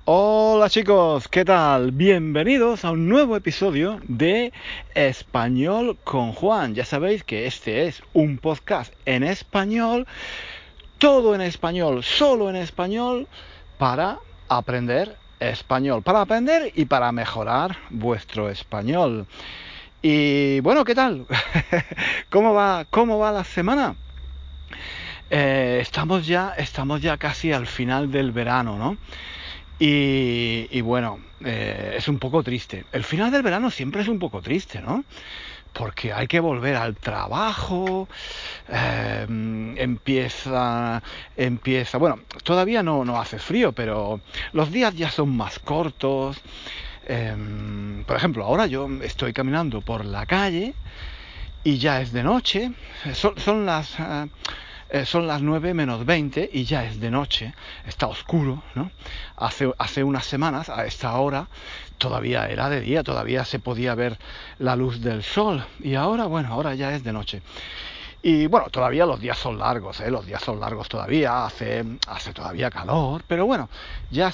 Hola chicos, ¿qué tal? Bienvenidos a un nuevo episodio de Español con Juan. Ya sabéis que este es un podcast en español, todo en español, solo en español, para aprender español, para aprender y para mejorar vuestro español. Y bueno, ¿qué tal? ¿Cómo va la semana? Estamos ya casi al final del verano, ¿no? Y bueno, es un poco triste. El final del verano siempre es un poco triste, ¿no? Porque hay que volver al trabajo, eh, empieza, bueno, todavía no hace frío, pero los días ya son más cortos. Por ejemplo, ahora yo estoy caminando por la calle y ya es de noche, son las 9 menos 20 y ya es de noche, está oscuro, ¿no? Hace unas semanas, a esta hora, todavía era de día, todavía se podía ver la luz del sol, y ahora, bueno, ahora ya es de noche. Y bueno, todavía los días son largos, ¿eh? Los días son largos todavía, hace todavía calor, pero bueno, ya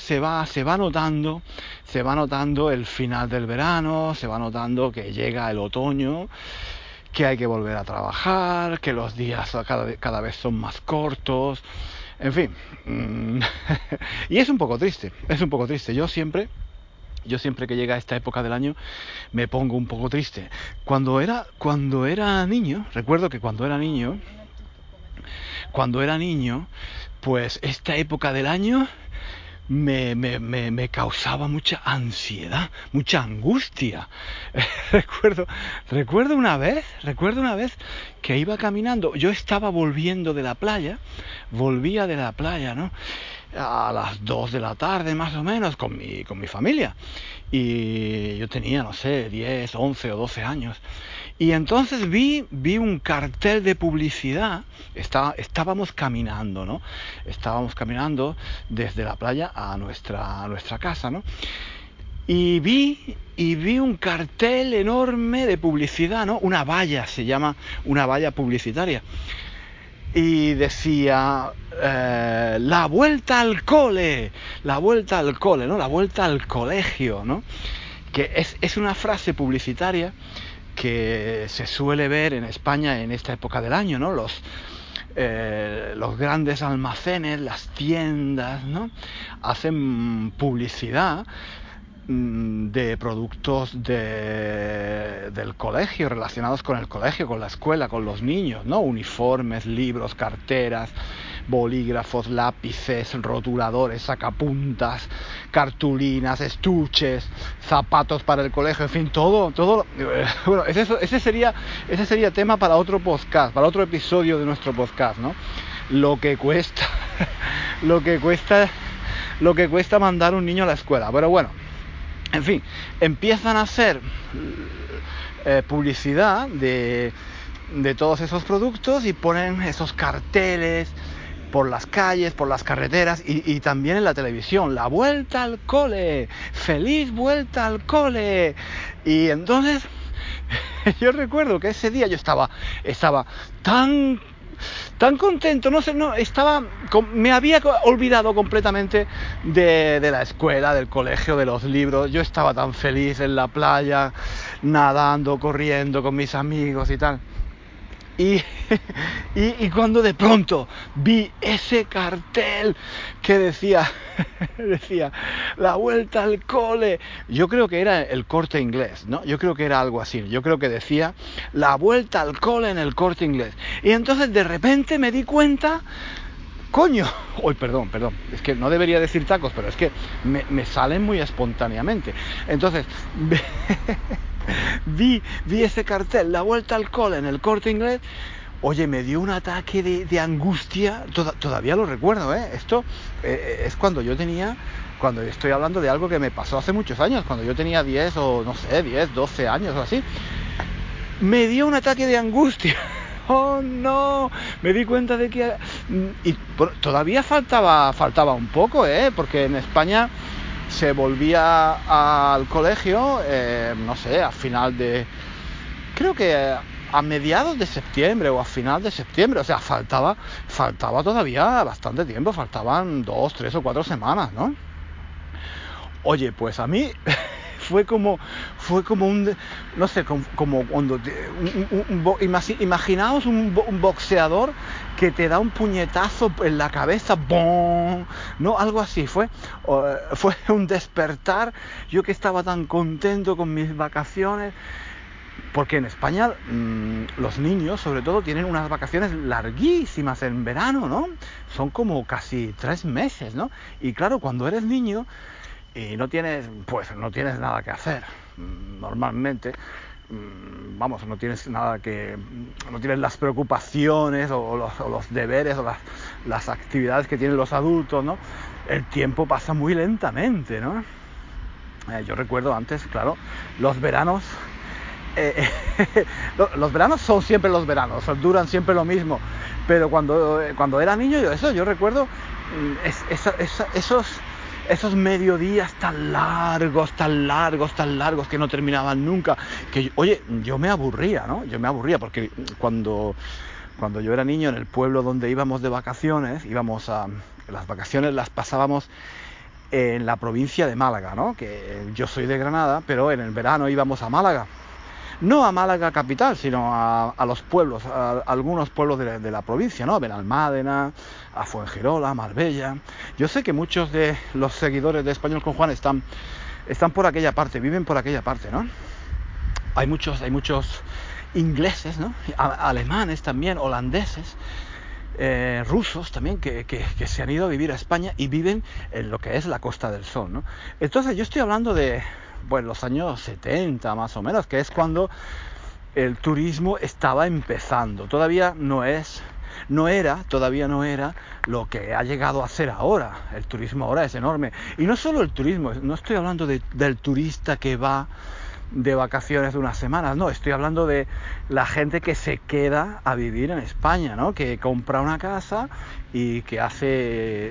se va notando el final del verano, se va notando que llega el otoño, que hay que volver a trabajar, que los días cada vez son más cortos, en fin. Y es un poco triste, es un poco triste. Yo siempre que llega esta época del año me pongo un poco triste. Cuando era niño, recuerdo que cuando era niño, pues esta época del año me causaba mucha ansiedad, mucha angustia. recuerdo, recuerdo una vez que iba caminando, yo estaba volvía de la playa, ¿no? A las 2 de la tarde más o menos con mi familia. Y yo tenía, no sé, 10 11 o 12 años. Y entonces vi un cartel de publicidad. Estábamos caminando, ¿no? Estábamos caminando desde la playa a nuestra casa, ¿no? Y vi un cartel enorme de publicidad, ¿no? Una valla, se llama una valla publicitaria. Y decía, la vuelta al cole, ¿no? La vuelta al colegio, ¿no? Que es una frase publicitaria que se suele ver en España en esta época del año, ¿no? Los grandes almacenes, las tiendas, ¿no? Hacen publicidad de productos del colegio, relacionados con el colegio, con la escuela, con los niños, ¿no? Uniformes, libros, carteras, bolígrafos, lápices, rotuladores, sacapuntas, cartulinas, estuches, zapatos para el colegio, en fin, todo. Bueno, ese sería tema para otro podcast, para otro episodio de nuestro podcast, ¿no? Lo que cuesta, lo que cuesta, lo que cuesta mandar un niño a la escuela. Pero bueno, en fin, empiezan a hacer publicidad de todos esos productos y ponen esos carteles por las calles, por las carreteras y también en la televisión. La vuelta al cole, feliz vuelta al cole. Y entonces yo recuerdo que ese día yo estaba tan contento, no sé, me había olvidado completamente de la escuela, del colegio, de los libros. Yo estaba tan feliz en la playa, nadando, corriendo con mis amigos y tal. Y, y cuando de pronto vi ese cartel que decía decía la vuelta al cole, yo creo que era el Corte Inglés, ¿no? Yo creo que era algo así. Yo creo que decía la vuelta al cole en el Corte Inglés. Y entonces de repente me di cuenta, coño, uy, perdón, es que no debería decir tacos, pero es que me salen muy espontáneamente. Entonces vi ese cartel, la vuelta al cole en el Corte Inglés. Oye, me dio un ataque de angustia, todavía lo recuerdo, ¿eh? Esto es cuando estoy hablando de algo que me pasó hace muchos años, cuando yo tenía 10 o no sé, 10 12 años o así. Me dio un ataque de angustia. Oh no, me di cuenta de que... Y todavía faltaba un poco, porque en España se volvía al colegio, no sé, a final de... Creo que a mediados de septiembre o a final de septiembre, o sea, faltaba todavía bastante tiempo, faltaban 2, 3 o 4 semanas, ¿no? Oye, pues a mí fue como no sé, como cuando imaginaos un boxeador que te da un puñetazo en la cabeza, ¡bom! No, algo así, fue un despertar. Yo que estaba tan contento con mis vacaciones, porque en España los niños, sobre todo, tienen unas vacaciones larguísimas en verano, ¿no? Son como casi 3 meses, ¿no? Y claro, cuando eres niño y no tienes nada que hacer, normalmente, vamos, no tienes las preocupaciones o los deberes o las actividades que tienen los adultos, ¿no? El tiempo pasa muy lentamente, ¿no? Yo recuerdo antes, claro, los veranos. Los veranos son siempre los veranos, duran siempre lo mismo, pero cuando era niño yo recuerdo esos mediodías tan largos que no terminaban nunca, que oye, yo me aburría, ¿no? Yo me aburría porque cuando yo era niño, en el pueblo donde íbamos de vacaciones, las vacaciones las pasábamos en la provincia de Málaga, ¿no? Que yo soy de Granada, pero en el verano íbamos a Málaga. No a Málaga capital, sino a los pueblos, a algunos pueblos de la provincia, ¿no? A Benalmádena, a Fuengirola, a Marbella. Yo sé que muchos de los seguidores de Español con Juan están por aquella parte, viven por aquella parte, ¿no? Hay muchos ingleses, ¿no? Alemanes también, holandeses, rusos también, que se han ido a vivir a España y viven en lo que es la Costa del Sol, ¿no? Entonces yo estoy hablando de los años 70 más o menos, que es cuando el turismo estaba empezando. Todavía no era lo que ha llegado a ser ahora. El turismo ahora es enorme. Y no solo el turismo, no estoy hablando del turista que va de vacaciones de unas semanas, no, estoy hablando de la gente que se queda a vivir en España, ¿no? Que compra una casa y que hace,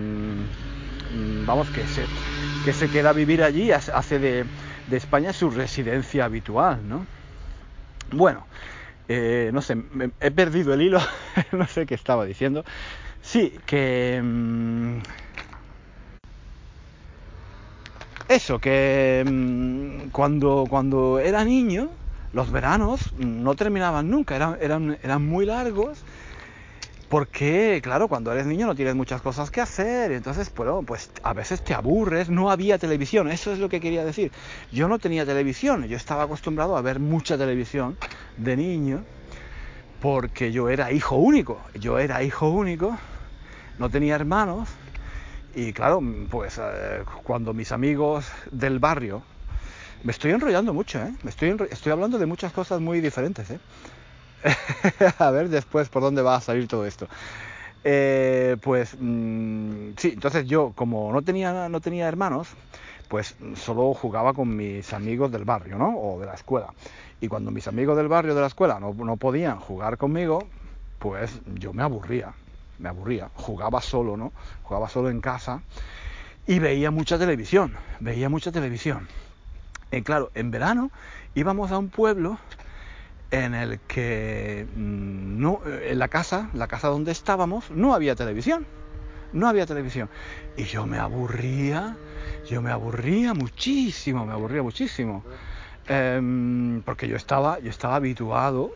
que se queda a vivir allí, hace de España su residencia habitual, ¿no? Bueno, no sé, he perdido el hilo, no sé qué estaba diciendo. Sí, que eso, que cuando era niño, los veranos no terminaban nunca, eran muy largos, porque, claro, cuando eres niño no tienes muchas cosas que hacer, entonces, bueno, pues a veces te aburres, no había televisión, eso es lo que quería decir. Yo no tenía televisión, yo estaba acostumbrado a ver mucha televisión de niño, porque yo era hijo único, no tenía hermanos. Y claro, pues cuando mis amigos del barrio... Me estoy enrollando mucho, ¿eh? Estoy hablando de muchas cosas muy diferentes, ¿eh? A ver después por dónde va a salir todo esto. Sí, entonces yo, como no tenía hermanos, pues solo jugaba con mis amigos del barrio, ¿no? O de la escuela. Y cuando mis amigos del barrio de la escuela no podían jugar conmigo, pues yo me aburría. Jugaba solo, ¿no? Jugaba solo en casa y veía mucha televisión. Y claro, en verano íbamos a un pueblo en el que en la casa donde estábamos no había televisión. Y yo me aburría muchísimo. Porque yo estaba habituado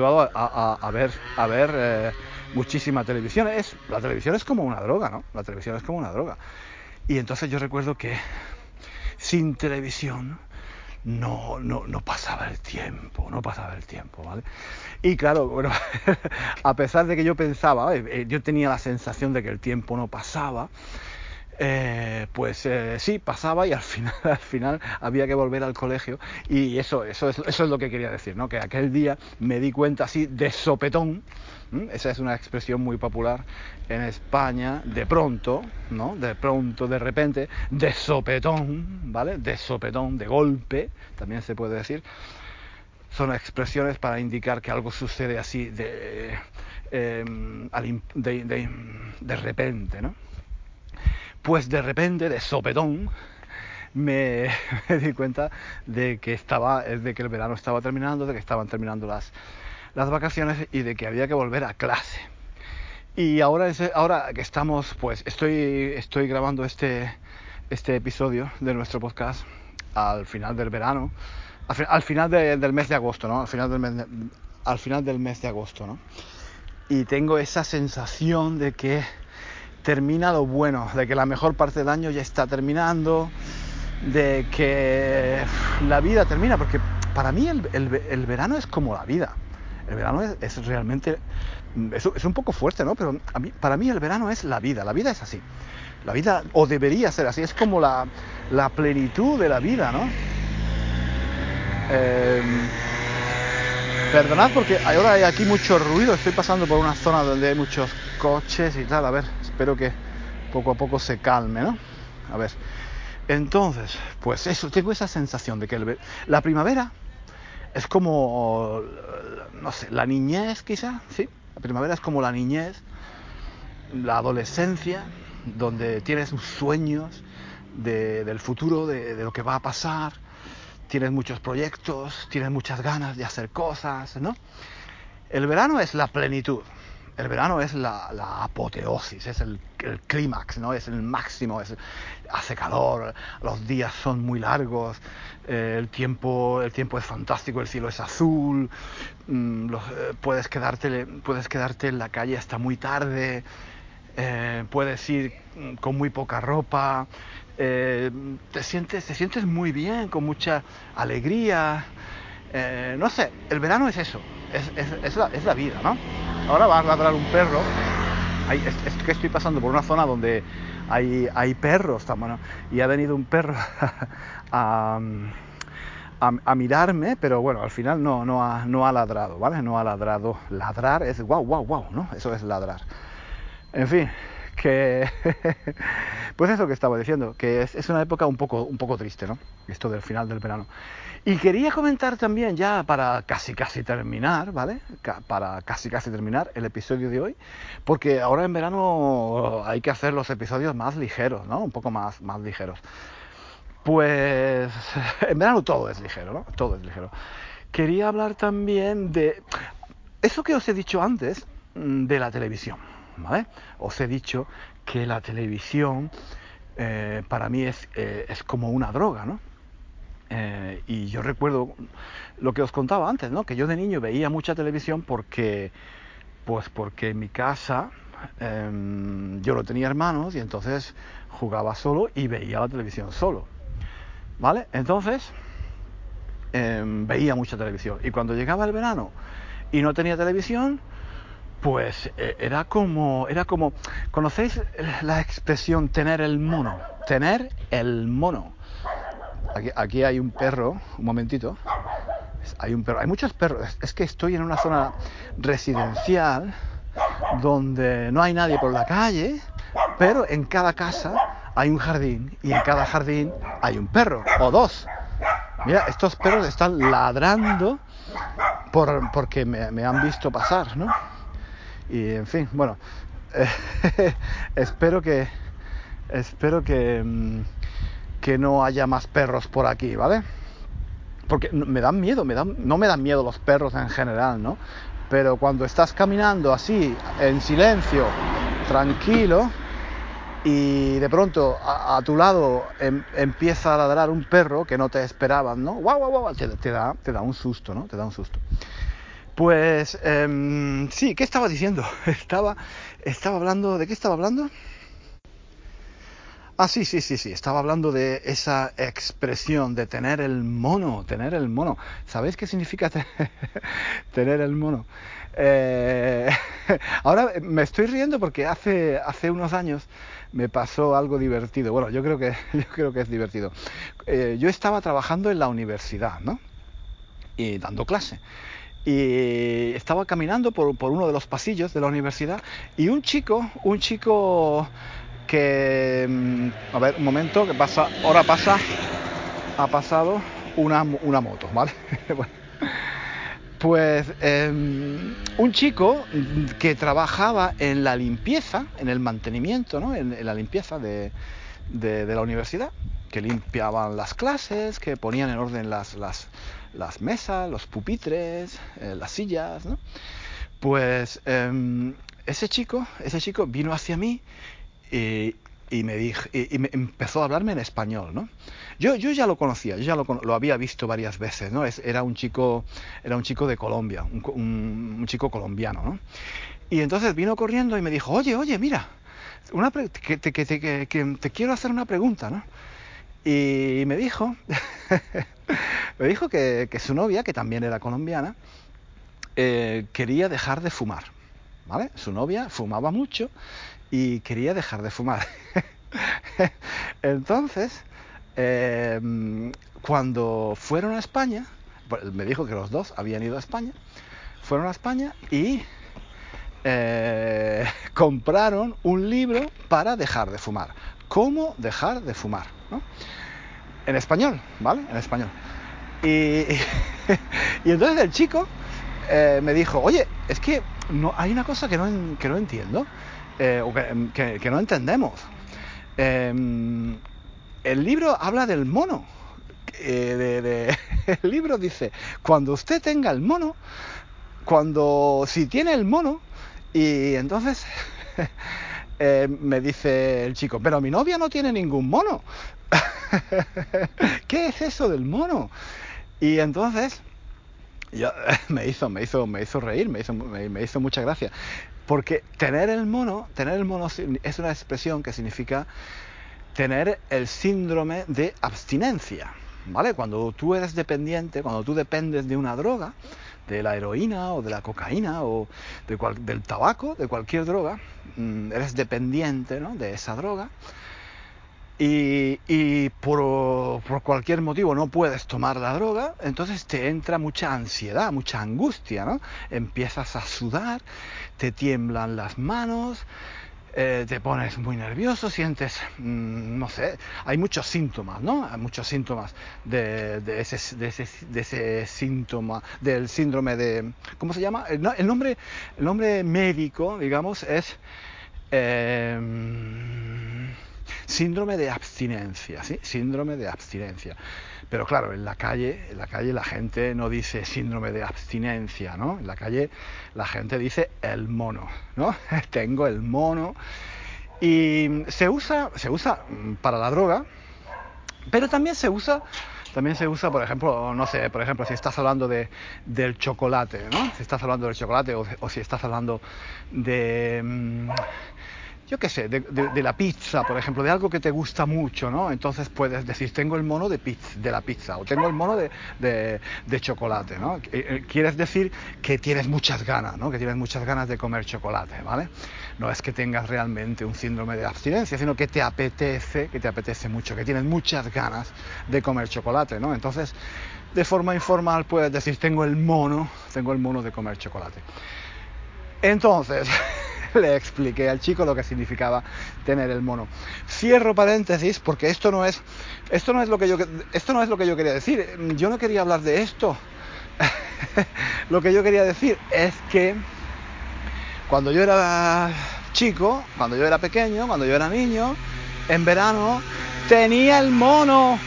a ver muchísima televisión. La televisión es como una droga, ¿no? Y entonces yo recuerdo que sin televisión no pasaba el tiempo, ¿vale? Y claro, bueno, a pesar de que yo pensaba, yo tenía la sensación de que el tiempo no pasaba, sí, pasaba, y al final había que volver al colegio. Y eso es lo que quería decir, ¿no? Que aquel día me di cuenta así de sopetón. Esa es una expresión muy popular en España, de pronto, ¿no? De repente, de sopetón, ¿vale? De sopetón, de golpe, también se puede decir. Son expresiones para indicar que algo sucede así de repente, ¿no? Pues de repente, de sopetón, me di cuenta de que el verano estaba terminando, de que estaban terminando las vacaciones y de que había que volver a clase. Y ahora que estamos, pues estoy grabando este este episodio de nuestro podcast al final del verano, al final del mes de agosto, ¿no? Al final del mes de agosto, ¿no? Y tengo esa sensación de que termina lo bueno, de que la mejor parte del año ya está terminando, de que la vida termina, porque para mí el verano es como la vida. El verano es realmente, es un poco fuerte, ¿no? Pero para mí el verano es la vida es así. La vida, o debería ser así, es como la plenitud de la vida, ¿no? Perdonad porque ahora hay aquí mucho ruido, estoy pasando por una zona donde hay muchos coches y tal, a ver, espero que poco a poco se calme, ¿no? A ver, entonces, pues eso, tengo esa sensación de que la primavera es como, no sé, la niñez quizá, ¿sí? La primavera es como la niñez, la adolescencia, donde tienes sueños del futuro, de lo que va a pasar, tienes muchos proyectos, tienes muchas ganas de hacer cosas, ¿no? El verano es la plenitud, el verano es la apoteosis, es el clímax, ¿no? Es el máximo, hace calor, los días son muy largos, el tiempo es fantástico, el cielo es azul, puedes quedarte en la calle hasta muy tarde, puedes ir con muy poca ropa, te sientes muy bien, con mucha alegría, no sé, el verano es eso, es la vida, ¿no? Ahora va a ladrar un perro. Es que estoy pasando por una zona donde hay perros, bueno, y ha venido un perro a mirarme, pero bueno, al final no ha ladrado, ¿vale? No ha ladrado. Ladrar es wow, ¿no? Eso es ladrar. En fin, que pues eso que estaba diciendo, que es una época un poco triste, ¿no? Esto del final del verano. Y quería comentar también, ya para casi terminar, ¿vale? Para casi terminar el episodio de hoy, porque ahora en verano hay que hacer los episodios más ligeros, ¿no? Un poco más ligeros. Pues en verano todo es ligero, ¿no? Todo es ligero. Quería hablar también de eso que os he dicho antes, de la televisión, ¿vale? Os he dicho que la televisión para mí es como una droga, ¿no? Y yo recuerdo lo que os contaba antes, ¿no? Que yo de niño veía mucha televisión porque en mi casa yo no tenía hermanos y entonces jugaba solo y veía la televisión solo, ¿vale? Entonces veía mucha televisión y cuando llegaba el verano y no tenía televisión, pues era como, ¿conocéis la expresión tener el mono? Tener el mono. Aquí hay un perro, un momentito. Hay un perro, hay muchos perros. Es que estoy en una zona residencial donde no hay nadie por la calle, pero en cada casa hay un jardín y en cada jardín hay un perro o dos. Mira, estos perros están ladrando porque me han visto pasar, ¿no? Y en fin, bueno, espero que no haya más perros por aquí, ¿vale? Porque me dan miedo, no me dan miedo los perros en general, ¿no? Pero cuando estás caminando así, en silencio, tranquilo, y de pronto a tu lado empieza a ladrar un perro que no te esperaban, ¿no? ¡Guau! Te da un susto, ¿no? Te da un susto. Pues sí, ¿qué estaba diciendo? Estaba hablando, ¿de qué estaba hablando? Ah, sí, estaba hablando de esa expresión de tener el mono. ¿Sabéis qué significa tener el mono? Eh, Ahora me estoy riendo porque hace unos años me pasó algo divertido. Bueno, yo creo que es divertido. Yo estaba trabajando en la universidad, ¿no? Y dando clase. Y estaba caminando por uno de los pasillos de la universidad y un chico que, a ver, un momento, que pasa, ha pasado una moto, ¿vale? Bueno, pues un chico que trabajaba en la limpieza, en el mantenimiento, ¿no? En la limpieza de la universidad, que limpiaban las clases, que ponían en orden las mesas, los pupitres, las sillas, ¿no? Pues ese chico vino hacia mí y me empezó a hablarme en español, ¿no? Yo ya lo conocía, yo ya lo había visto varias veces, ¿no? Era un chico de Colombia, un chico colombiano, ¿no? Y entonces vino corriendo y me dijo, oye, mira, que te quiero hacer una pregunta, ¿no? Y me dijo, me dijo que su novia, que también era colombiana, quería dejar de fumar, ¿vale? Su novia fumaba mucho y quería dejar de fumar. Entonces, cuando fueron a España, me dijo que los dos habían ido a España, fueron a España y compraron un libro para dejar de fumar. ¿Cómo dejar de fumar? ¿No? En español, ¿vale? En español. Y entonces el chico me dijo, oye, es que no, hay una cosa que no entiendo, o que no entendemos. El libro habla del mono. El libro dice, cuando usted tenga el mono, si tiene el mono, y entonces me dice el chico, pero mi novia no tiene ningún mono. ¿Qué es eso del mono? Y entonces me hizo reír, me hizo mucha gracia, porque tener el mono es una expresión que significa tener el síndrome de abstinencia, ¿vale? Cuando tú eres dependiente, cuando tú dependes de una droga, de la heroína o de la cocaína o del tabaco, de cualquier droga, eres dependiente, ¿no?, de esa droga, y por cualquier motivo no puedes tomar la droga, entonces te entra mucha ansiedad, mucha angustia, ¿no? Empiezas a sudar, te tiemblan las manos, te pones muy nervioso, sientes, no sé, hay muchos síntomas, ¿no? Hay muchos síntomas de ese síntoma, del síndrome de, ¿cómo se llama? El nombre médico, digamos, es síndrome de abstinencia, ¿sí? Síndrome de abstinencia. Pero claro, en la calle la gente no dice síndrome de abstinencia, ¿no? En la calle la gente dice el mono, ¿no? Tengo el mono. Y se usa para la droga, pero también se usa, por ejemplo, no sé, por ejemplo, si estás hablando del chocolate, ¿no? Si estás hablando del chocolate o si estás hablando de, yo qué sé, de la pizza, por ejemplo, de algo que te gusta mucho, ¿no? Entonces puedes decir, tengo el mono de la pizza, o tengo el mono de chocolate, ¿no? Quieres decir que tienes muchas ganas, ¿no? Que tienes muchas ganas de comer chocolate, ¿vale? No es que tengas realmente un síndrome de abstinencia, sino que te apetece mucho, que tienes muchas ganas de comer chocolate, ¿no? Entonces, de forma informal puedes decir, tengo el mono de comer chocolate. Entonces, le expliqué al chico lo que significaba tener el mono. Cierro paréntesis porque esto no es lo que yo quería decir. Yo no quería hablar de esto. Lo que yo quería decir es que cuando yo era chico, cuando yo era pequeño, cuando yo era niño, en verano tenía el mono.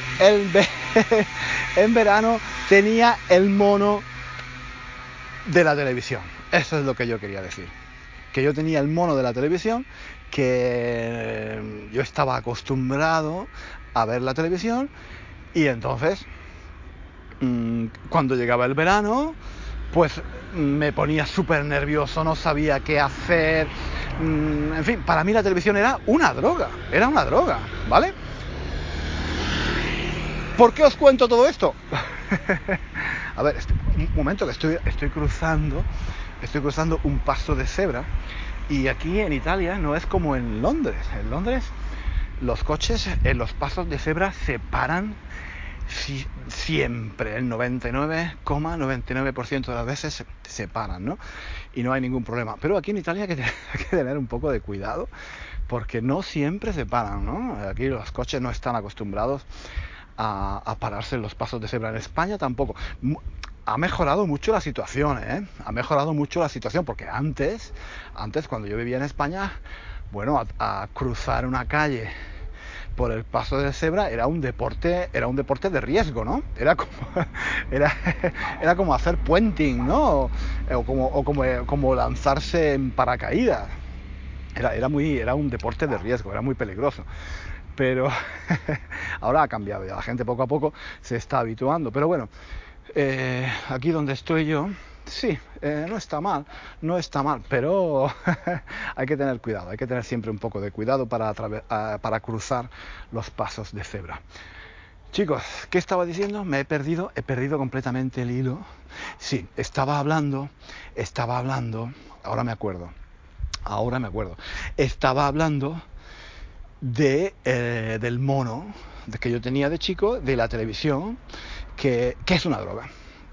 En verano tenía el mono de la televisión. Eso es lo que yo quería decir. Que yo tenía el mono de la televisión, que yo estaba acostumbrado a ver la televisión, y entonces cuando llegaba el verano, pues me ponía súper nervioso, no sabía qué hacer, en fin, para mí la televisión era una droga, ¿vale? ¿Por qué os cuento todo esto? A ver, un momento, que estoy cruzando un paso de cebra, y aquí en Italia no es como en Londres. En Londres los coches en los pasos de cebra se paran siempre, el 99,99% de las veces se paran, ¿no? Y no hay ningún problema. Pero aquí en Italia hay que tener un poco de cuidado, porque no siempre se paran, ¿no? Aquí los coches no están acostumbrados a pararse en los pasos de cebra. En España tampoco. Ha mejorado mucho la situación, ¿eh? Ha mejorado mucho la situación, porque antes cuando yo vivía en España, bueno, a cruzar una calle por el paso de cebra era un deporte de riesgo, ¿no? Era como hacer puenting, ¿no? O como lanzarse en paracaídas. Era un deporte de riesgo, era muy peligroso. Pero ahora ha cambiado, ya la gente poco a poco se está habituando. Pero bueno, aquí donde estoy yo, sí, no está mal, pero hay que tener cuidado, hay que tener siempre un poco de cuidado para cruzar los pasos de cebra. Chicos, ¿qué estaba diciendo? Me he perdido completamente el hilo. Sí, estaba hablando, ahora me acuerdo. Estaba hablando del mono que yo tenía de chico, de la televisión, que es una droga.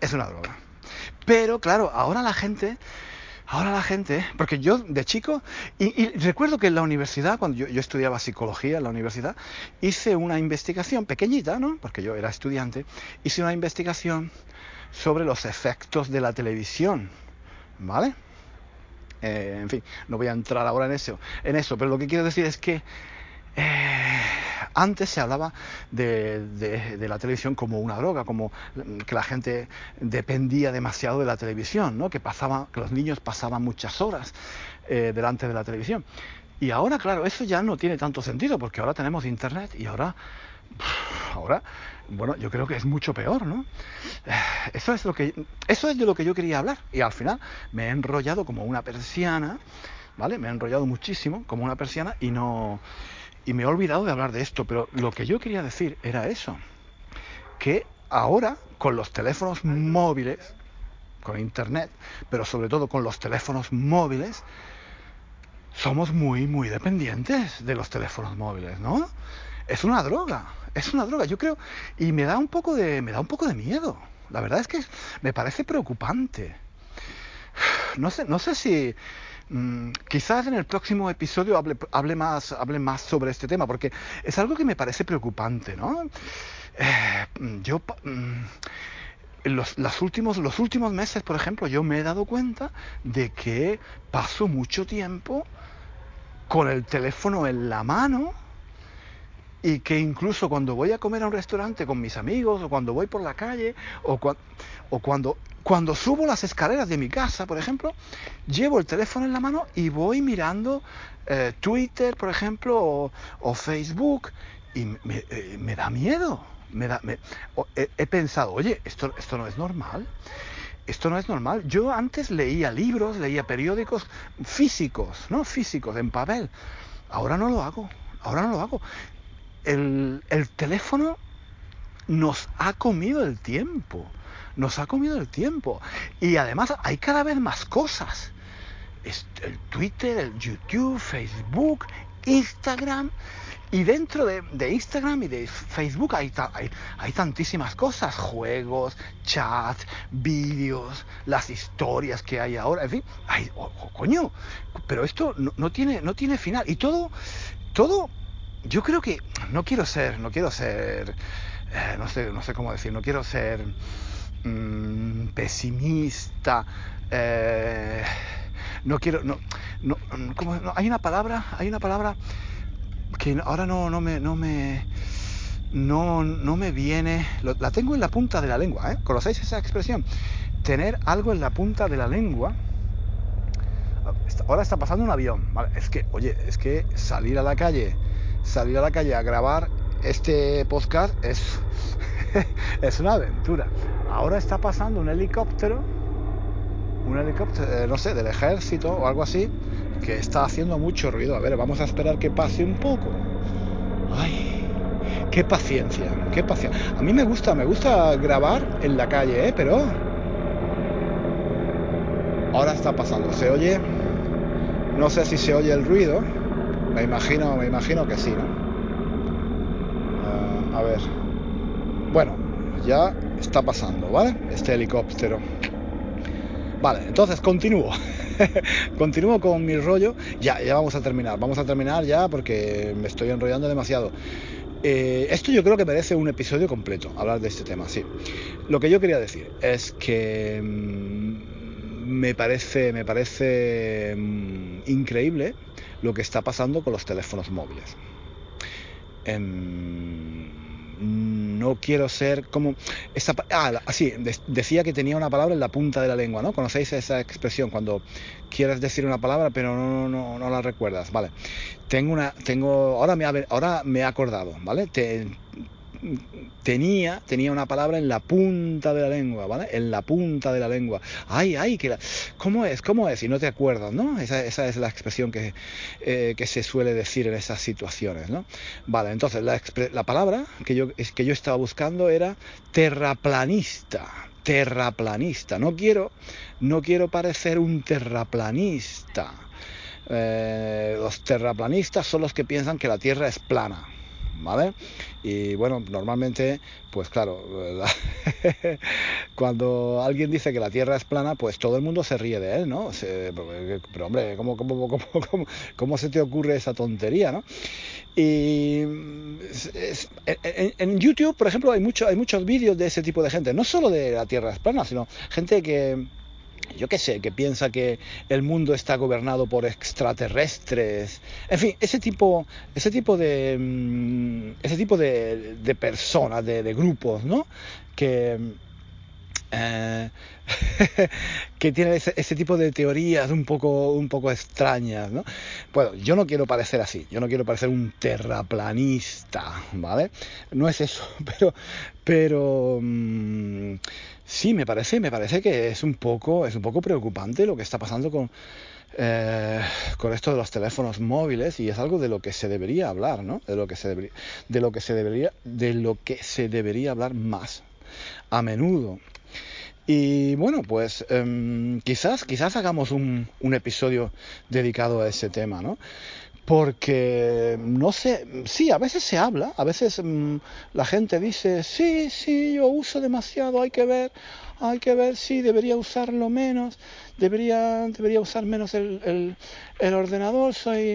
Pero claro, ahora la gente, porque yo de chico, y recuerdo que en la universidad, cuando yo estudiaba psicología en la universidad, hice una investigación pequeñita, ¿no? Porque yo era estudiante, hice una investigación sobre los efectos de la televisión, ¿vale? En fin, no voy a entrar ahora en eso, pero lo que quiero decir es que antes se hablaba de la televisión como una droga, como que la gente dependía demasiado de la televisión, ¿no? Que los niños pasaban muchas horas delante de la televisión. Y ahora, claro, eso ya no tiene tanto sentido, porque ahora tenemos internet y ahora, bueno, yo creo que es mucho peor, ¿no? Eso es de lo que yo quería hablar, y al final me he enrollado como una persiana, ¿vale? Me he enrollado muchísimo como una persiana y me he olvidado de hablar de esto, pero lo que yo quería decir era eso, que ahora con los teléfonos móviles, con internet, pero sobre todo con los teléfonos móviles, somos muy, muy dependientes de los teléfonos móviles, ¿no? Es una droga, yo creo, y me da un poco de miedo. La verdad es que me parece preocupante. No sé si quizás en el próximo episodio hable más sobre este tema, porque es algo que me parece preocupante, ¿no? Yo los últimos meses, por ejemplo, yo me he dado cuenta de que paso mucho tiempo con el teléfono en la mano, y que incluso cuando voy a comer a un restaurante con mis amigos, o cuando voy por la calle, o cuando subo las escaleras de mi casa, por ejemplo, llevo el teléfono en la mano y voy mirando Twitter, por ejemplo, o Facebook, y me da miedo. He pensado, oye, esto no es normal. Esto no es normal. Yo antes leía libros, leía periódicos físicos, ¿no? Físicos, en papel. Ahora no lo hago. El teléfono nos ha comido el tiempo. Y además hay cada vez más cosas. El Twitter, el YouTube, Facebook, Instagram. Y dentro de Instagram y de Facebook hay tantísimas cosas: juegos, chats, vídeos, las historias que hay ahora, en fin, coño, pero esto no tiene final. Y todo, yo creo que no quiero ser, no sé cómo decir, no quiero ser pesimista, no quiero, hay una palabra que ahora no me viene, la tengo en la punta de la lengua, ¿eh? ¿Conocéis esa expresión? Tener algo en la punta de la lengua. Ahora está pasando un avión, ¿vale? Es que salir a la calle a grabar este podcast es es una aventura. Ahora está pasando un helicóptero, no sé, del ejército o algo así, que está haciendo mucho ruido. A ver, vamos a esperar que pase un poco. Ay, qué paciencia. A mí me gusta grabar en la calle, pero ahora está pasando. ¿Se oye? No sé si se oye el ruido. Me imagino que sí, ¿no? A ver. Bueno, ya está pasando, ¿vale? Este helicóptero. Vale, entonces continúo. Continúo con mi rollo. Ya vamos a terminar ya, porque me estoy enrollando demasiado. Esto yo creo que merece un episodio completo, hablar de este tema, sí. Lo que yo quería decir es que me parece increíble lo que está pasando con los teléfonos móviles. no quiero ser como decía que tenía una palabra en la punta de la lengua, ¿no? ¿Conocéis esa expresión cuando quieres decir una palabra pero no la recuerdas? Vale. Ahora me he acordado, ¿vale? Tenía una palabra en la punta de la lengua, ¿vale? En la punta de la lengua. ¿Cómo es? Y no te acuerdas, ¿no? Esa es la expresión que se suele decir en esas situaciones, ¿no? Vale, entonces la palabra que yo estaba buscando era terraplanista. Terraplanista. No quiero parecer un terraplanista. Los terraplanistas son los que piensan que la Tierra es plana, ¿vale? Y bueno, normalmente, pues claro, cuando alguien dice que la Tierra es plana, pues todo el mundo se ríe de él, ¿no? Pero hombre, ¿cómo se te ocurre esa tontería, no? Y en YouTube, por ejemplo, hay muchos vídeos de ese tipo de gente, no solo de la Tierra es plana, sino gente que, yo qué sé, que piensa que el mundo está gobernado por extraterrestres. En fin, ese tipo de personas, de grupos, ¿no? Que que tienen ese tipo de teorías un poco extrañas, ¿no? Bueno, yo no quiero parecer así, yo no quiero parecer un terraplanista, ¿vale? No es eso, pero sí, me parece que es un poco preocupante lo que está pasando con esto de los teléfonos móviles, y es algo de lo que se debería hablar, ¿no? De lo que se debería hablar más a menudo. Y bueno, pues quizás hagamos un episodio dedicado a ese tema, ¿no? Porque, no sé, sí, a veces se habla, a veces la gente dice, sí, yo uso demasiado, hay que ver, sí, debería usarlo menos, debería usar menos el ordenador,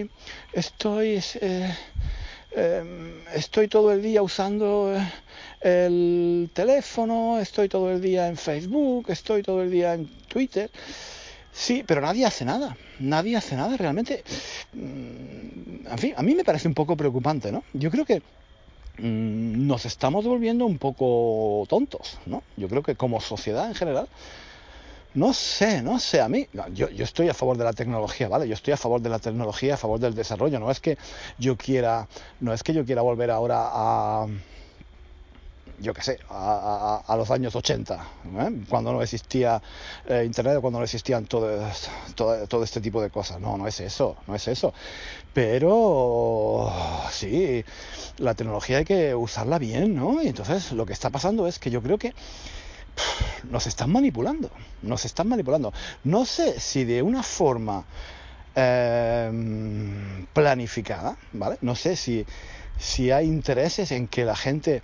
estoy todo el día usando el teléfono, estoy todo el día en Facebook, estoy todo el día en Twitter. Sí, pero nadie hace nada realmente. En fin, a mí me parece un poco preocupante, ¿no? Yo creo que nos estamos volviendo un poco tontos, ¿no? Yo creo que como sociedad en general, no sé, a mí, yo estoy a favor de la tecnología, ¿vale? Yo estoy a favor de la tecnología, a favor del desarrollo, no es que yo quiera volver ahora a, yo qué sé, a los años 80, cuando no existía internet, cuando no existían todo este tipo de cosas. No es eso, pero sí, la tecnología hay que usarla bien, ¿no? Y entonces lo que está pasando es que yo creo que nos están manipulando. No sé si de una forma planificada, ¿vale? No sé si hay intereses en que la gente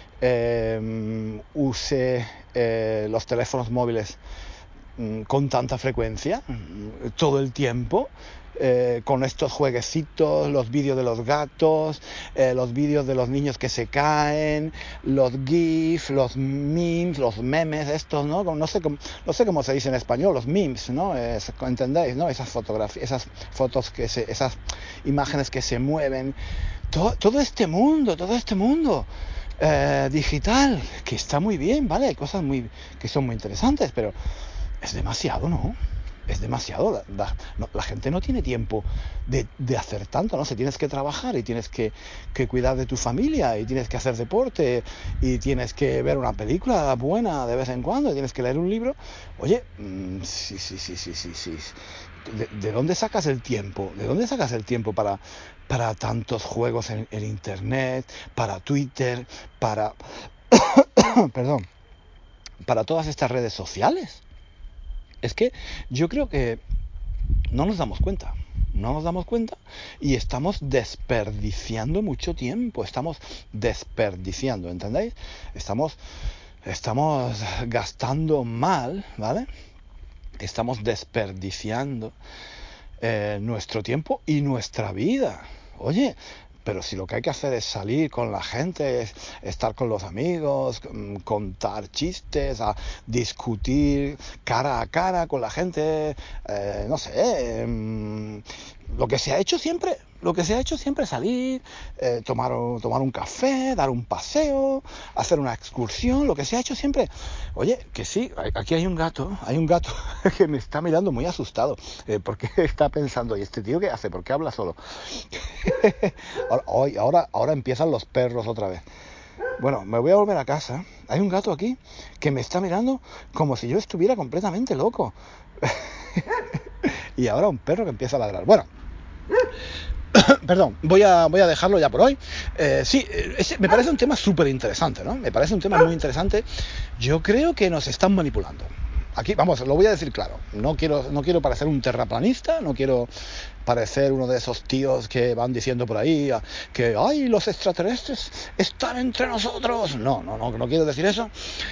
use los teléfonos móviles con tanta frecuencia, todo el tiempo, con estos jueguecitos, los vídeos de los gatos, los vídeos de los niños que se caen, los GIFs, los memes, los memes estos, ¿no? No sé cómo se dice en español, los memes, ¿no? ¿Entendéis, no? Esas fotografías, esas fotos esas imágenes que se mueven, todo este mundo digital, que está muy bien, ¿vale? Hay cosas que son muy interesantes, pero es demasiado, ¿no? Es demasiado. La gente no tiene tiempo de hacer tanto, ¿no? Si tienes que trabajar y tienes que cuidar de tu familia y tienes que hacer deporte y tienes que ver una película buena de vez en cuando y tienes que leer un libro, oye, sí. ¿De dónde sacas el tiempo? Para tantos juegos en internet, para Twitter, perdón, para todas estas redes sociales? Es que yo creo que no nos damos cuenta y estamos desperdiciando mucho tiempo, ¿entendéis? Estamos gastando mal, ¿vale? Estamos desperdiciando nuestro tiempo y nuestra vida. Oye, pero si lo que hay que hacer es salir con la gente, estar con los amigos, contar chistes, discutir cara a cara con la gente, no sé, lo que se ha hecho siempre, lo que se ha hecho siempre es salir, tomar un café, dar un paseo, hacer una excursión, lo que se ha hecho siempre. Oye, que sí, aquí hay un gato que me está mirando muy asustado, porque está pensando, ¿y este tío qué hace? ¿Por qué habla solo? Ahora empiezan los perros otra vez. Bueno, me voy a volver a casa. Hay un gato aquí que me está mirando como si yo estuviera completamente loco. Y ahora un perro que empieza a ladrar. Bueno, perdón, voy a dejarlo ya por hoy. Sí, me parece un tema súper interesante, ¿no? Me parece un tema muy interesante. Yo creo que nos están manipulando. Aquí, vamos, lo voy a decir claro. No quiero parecer un terraplanista, no quiero parecer uno de esos tíos que van diciendo por ahí que ¡ay, los extraterrestres están entre nosotros! No quiero decir eso.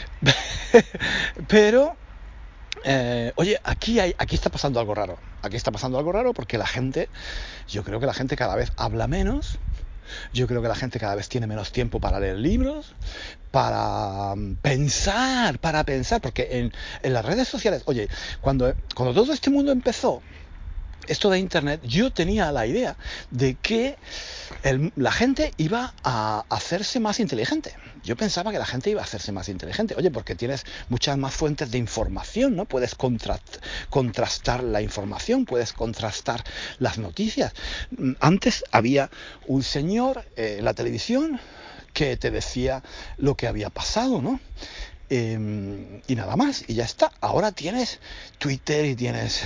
Pero oye, aquí está pasando algo raro. Aquí está pasando algo raro porque yo creo que la gente cada vez habla menos. Yo creo que la gente cada vez tiene menos tiempo para leer libros, para pensar, porque en las redes sociales, oye, cuando todo este mundo empezó, esto de internet, yo tenía la idea de que la gente iba a hacerse más inteligente. Yo pensaba que la gente iba a hacerse más inteligente. Oye, porque tienes muchas más fuentes de información, ¿no? Puedes contrastar la información, puedes contrastar las noticias. Antes había un señor en la televisión que te decía lo que había pasado, ¿no? Y nada más, y ya está. Ahora tienes Twitter y tienes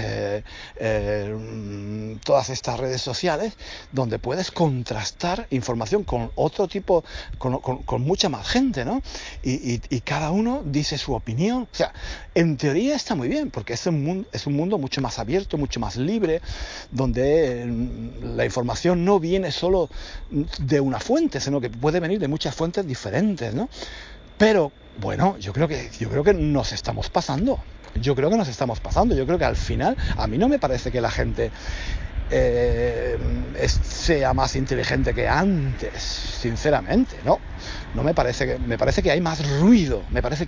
todas estas redes sociales donde puedes contrastar información con otro tipo, con mucha más gente, ¿no? Y cada uno dice su opinión. O sea, en teoría está muy bien, porque es un mundo mucho más abierto, mucho más libre, donde la información no viene solo de una fuente, sino que puede venir de muchas fuentes diferentes, ¿no? Pero bueno, yo creo que nos estamos pasando. Yo creo que al final, a mí no me parece que la gente sea más inteligente que antes, sinceramente, no me parece que hay más ruido,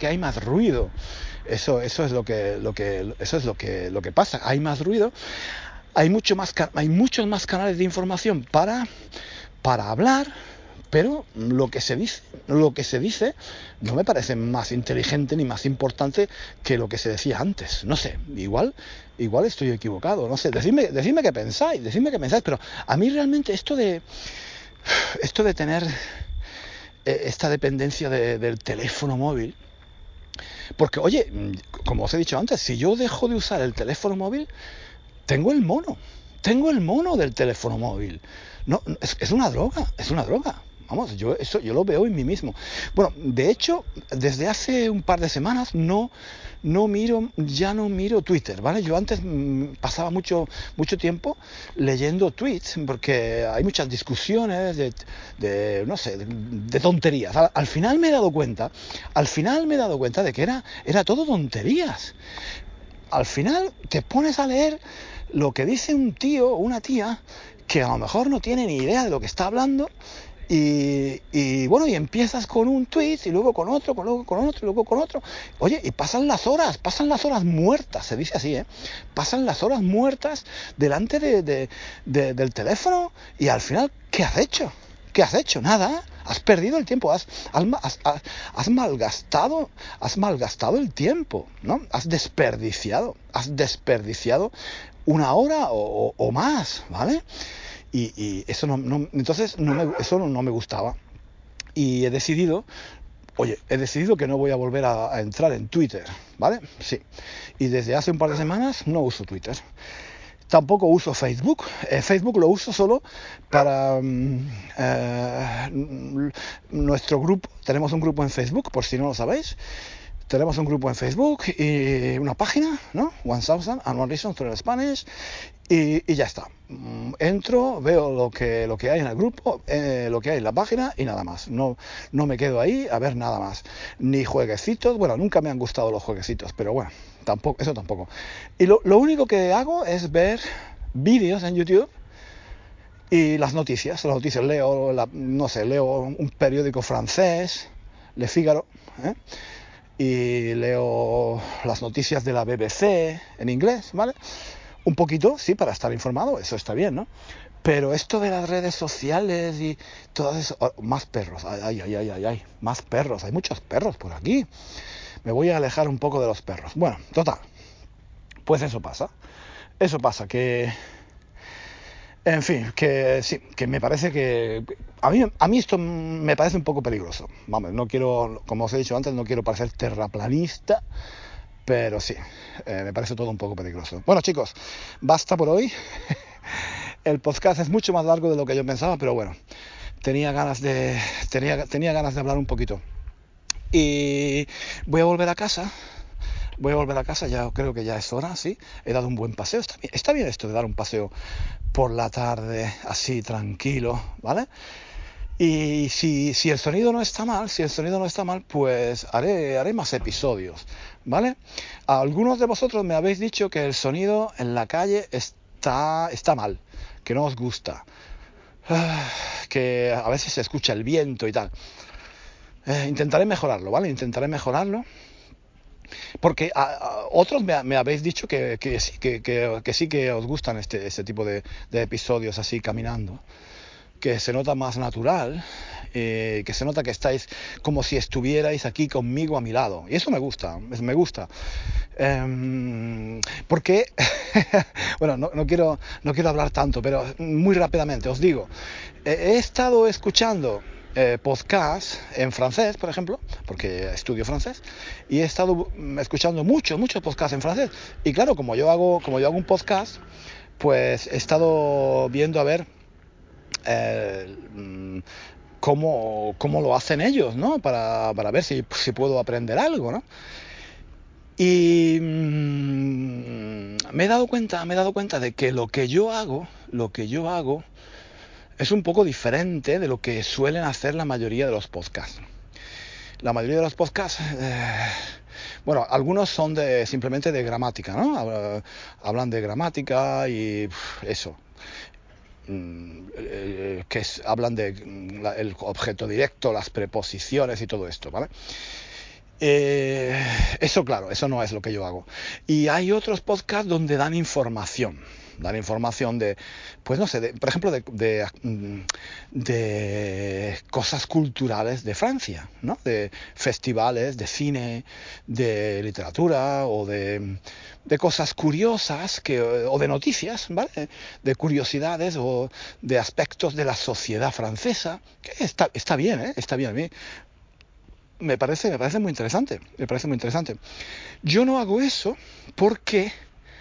eso es lo que pasa, hay más ruido, hay muchos más canales de información para hablar, pero lo que se dice no me parece más inteligente ni más importante que lo que se decía antes. No sé, igual estoy equivocado, no sé, decidme qué pensáis, pero a mí realmente esto de tener esta dependencia del teléfono móvil, porque oye, como os he dicho antes, si yo dejo de usar el teléfono móvil, tengo el mono del teléfono móvil. No, es una droga. Vamos, yo lo veo en mí mismo. Bueno, de hecho, desde hace un par de semanas ya no miro Twitter, ¿vale? Yo antes pasaba mucho tiempo leyendo tweets, porque hay muchas discusiones de no sé, de tonterías. Al final me he dado cuenta de que era todo tonterías. Al final te pones a leer lo que dice un tío o una tía que a lo mejor no tiene ni idea de lo que está hablando bueno, y empiezas con un tweet y luego con otro, luego con otro, luego con otro. Oye, y pasan las horas muertas, se dice así, ¿eh? Pasan las horas muertas delante del teléfono y al final, ¿qué has hecho? Nada, has perdido el tiempo, has malgastado el tiempo, ¿no? Has desperdiciado una hora o más, ¿vale? Y eso entonces eso no me gustaba. Y he decidido que no voy a volver a entrar en Twitter, ¿vale? Sí. Y desde hace un par de semanas no uso Twitter. Tampoco uso Facebook. Facebook lo uso solo para nuestro grupo. Tenemos un grupo en Facebook, por si no lo sabéis. Tenemos un grupo en Facebook y una página, ¿no? 1000 and One Reasons to Learn Spanish. Y ya está. Entro, veo lo que hay en el grupo, lo que hay en la página y nada más. No me quedo ahí a ver nada más. Ni jueguecitos. Bueno, nunca me han gustado los jueguecitos, pero bueno, eso tampoco. Y lo único que hago es ver vídeos en YouTube y las noticias. Leo, leo un periódico francés, Le Figaro, ¿eh? Y leo las noticias de la BBC en inglés, ¿vale? Un poquito, sí, para estar informado, eso está bien, ¿no? Pero esto de las redes sociales y todo eso... más perros, ay, más perros, hay muchos perros por aquí. Me voy a alejar un poco de los perros. Bueno, total, pues eso pasa, que... En fin, que sí, que me parece que... A mí esto me parece un poco peligroso. Vamos, no quiero, como os he dicho antes, no quiero parecer terraplanista, pero sí, me parece todo un poco peligroso. Bueno, chicos, basta por hoy. El podcast es mucho más largo de lo que yo pensaba, pero bueno, tenía ganas de hablar un poquito. Y voy a volver a casa. Ya creo que ya es hora, sí. He dado un buen paseo. Está bien esto de dar un paseo por la tarde, así, tranquilo, ¿vale? Y si el sonido no está mal, pues haré más episodios, ¿vale? Algunos de vosotros me habéis dicho que el sonido en la calle está mal, que no os gusta, que a veces se escucha el viento y tal. Intentaré mejorarlo, ¿vale? Porque otros me habéis dicho que sí que os gustan este tipo de episodios así caminando, que se nota más natural, que se nota que estáis como si estuvierais aquí conmigo a mi lado. Y eso me gusta. Porque, bueno, no quiero hablar tanto, pero muy rápidamente os digo, he estado escuchando podcast en francés, por ejemplo, porque estudio francés, y he estado escuchando muchos podcasts en francés. Y claro, como yo hago un podcast, pues he estado viendo a ver cómo lo hacen ellos, ¿no? Para ver si puedo aprender algo, ¿no? Y me he dado cuenta de que lo que yo hago es un poco diferente de lo que suelen hacer la mayoría de los podcasts. La mayoría de los podcasts, bueno, algunos son simplemente de gramática, ¿no? Hablan de gramática y eso. Hablan de el objeto directo, las preposiciones y todo esto, ¿vale? Eso, claro, eso no es lo que yo hago. Y hay otros podcasts donde dan información de, pues no sé, por ejemplo, de cosas culturales de Francia, ¿no? De festivales, de cine, de literatura o de cosas curiosas o de noticias, ¿vale? De curiosidades o de aspectos de la sociedad francesa, que está bien, ¿eh? Está bien. A mí me parece muy interesante. Yo no hago eso porque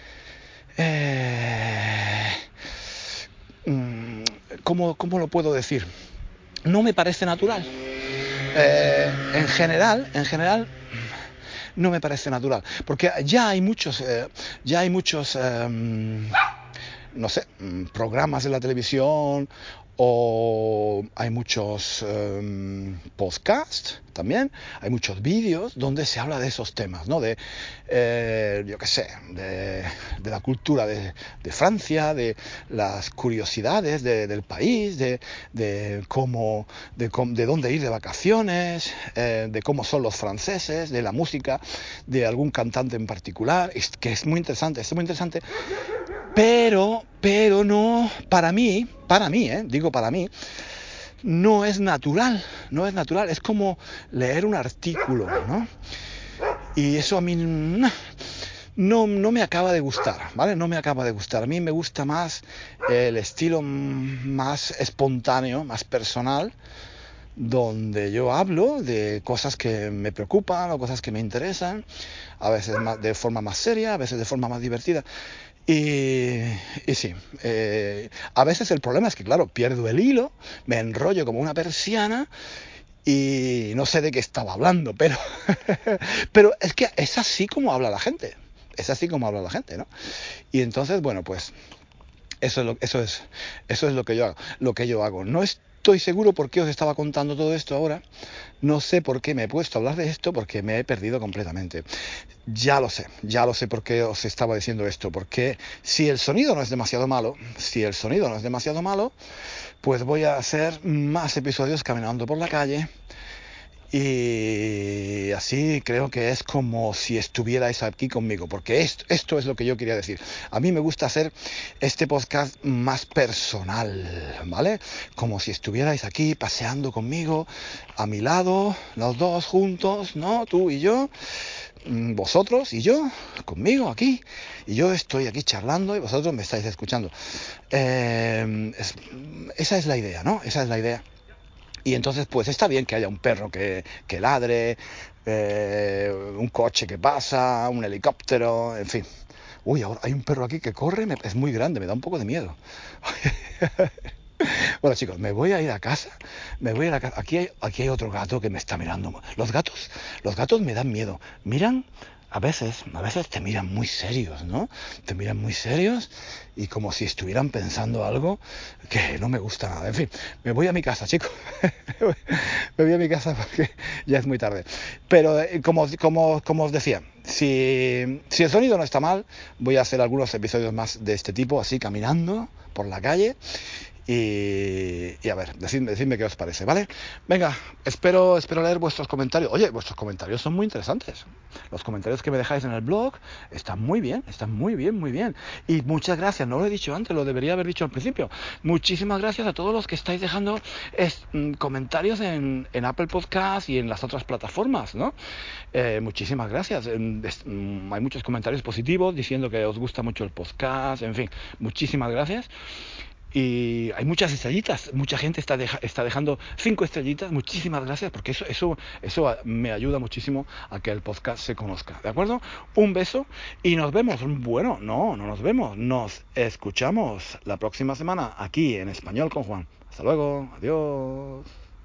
¿cómo lo puedo decir? No me parece natural. En general no me parece natural, porque ya hay muchos no sé, programas de la televisión, o hay muchos podcasts también, hay muchos vídeos donde se habla de esos temas, ¿no? De, yo qué sé, de la cultura de Francia, de las curiosidades del país, de dónde ir de vacaciones, de cómo son los franceses, de la música, de algún cantante en particular, que es muy interesante, pero no, para mí, digo para mí, no es natural, es como leer un artículo, ¿no? Y eso a mí no me acaba de gustar, ¿vale? No me acaba de gustar. A mí me gusta más el estilo más espontáneo, más personal, donde yo hablo de cosas que me preocupan o cosas que me interesan, a veces de forma más seria, a veces de forma más divertida. Y sí, a veces el problema es que, claro, pierdo el hilo, me enrollo como una persiana y no sé de qué estaba hablando, pero pero es que es así como habla la gente, ¿no? Y entonces, bueno, pues eso es lo que yo hago. No estoy seguro por qué os estaba contando todo esto ahora. No sé por qué me he puesto a hablar de esto, porque me he perdido completamente. Ya lo sé por qué os estaba diciendo esto, porque si el sonido no es demasiado malo, pues voy a hacer más episodios caminando por la calle Y así creo que es como si estuvierais aquí conmigo, porque esto es lo que yo quería decir. A mí me gusta hacer este podcast más personal, ¿vale? Como si estuvierais aquí paseando conmigo, a mi lado, los dos juntos, ¿no? Tú y yo, vosotros y yo, conmigo aquí, y yo estoy aquí charlando y vosotros me estáis escuchando. Esa es la idea, ¿no? Esa es la idea. Y entonces, pues está bien que haya un perro que ladre, un coche que pasa, un helicóptero, en fin. Uy, ahora hay un perro aquí que corre, es muy grande, me da un poco de miedo. Bueno, chicos, me voy a ir a casa. Me voy a ir a casa. Aquí hay otro gato que me está mirando. Los gatos me dan miedo. Miran, a veces te miran muy serios, ¿no? Te miran muy serios y como si estuvieran pensando algo que no me gusta nada. En fin, me voy a mi casa, chicos. Me voy a mi casa porque ya es muy tarde. Pero como os decía, si el sonido no está mal, voy a hacer algunos episodios más de este tipo, así caminando por la calle. Y a ver, decidme qué os parece, ¿vale? Venga, espero leer vuestros comentarios. Oye, vuestros comentarios son muy interesantes. Los comentarios que me dejáis en el blog están muy bien, muy bien. Y muchas gracias, no lo he dicho antes, lo debería haber dicho al principio. Muchísimas gracias a todos los que estáis dejando comentarios en Apple Podcast y en las otras plataformas, ¿no? Muchísimas gracias. Hay muchos comentarios positivos diciendo que os gusta mucho el podcast, en fin, muchísimas gracias. Y hay muchas estrellitas, mucha gente está dejando 5 estrellitas, muchísimas gracias, porque eso me ayuda muchísimo a que el podcast se conozca, ¿de acuerdo? Un beso y nos vemos, bueno, no nos vemos, nos escuchamos la próxima semana aquí en Español con Juan. Hasta luego, adiós.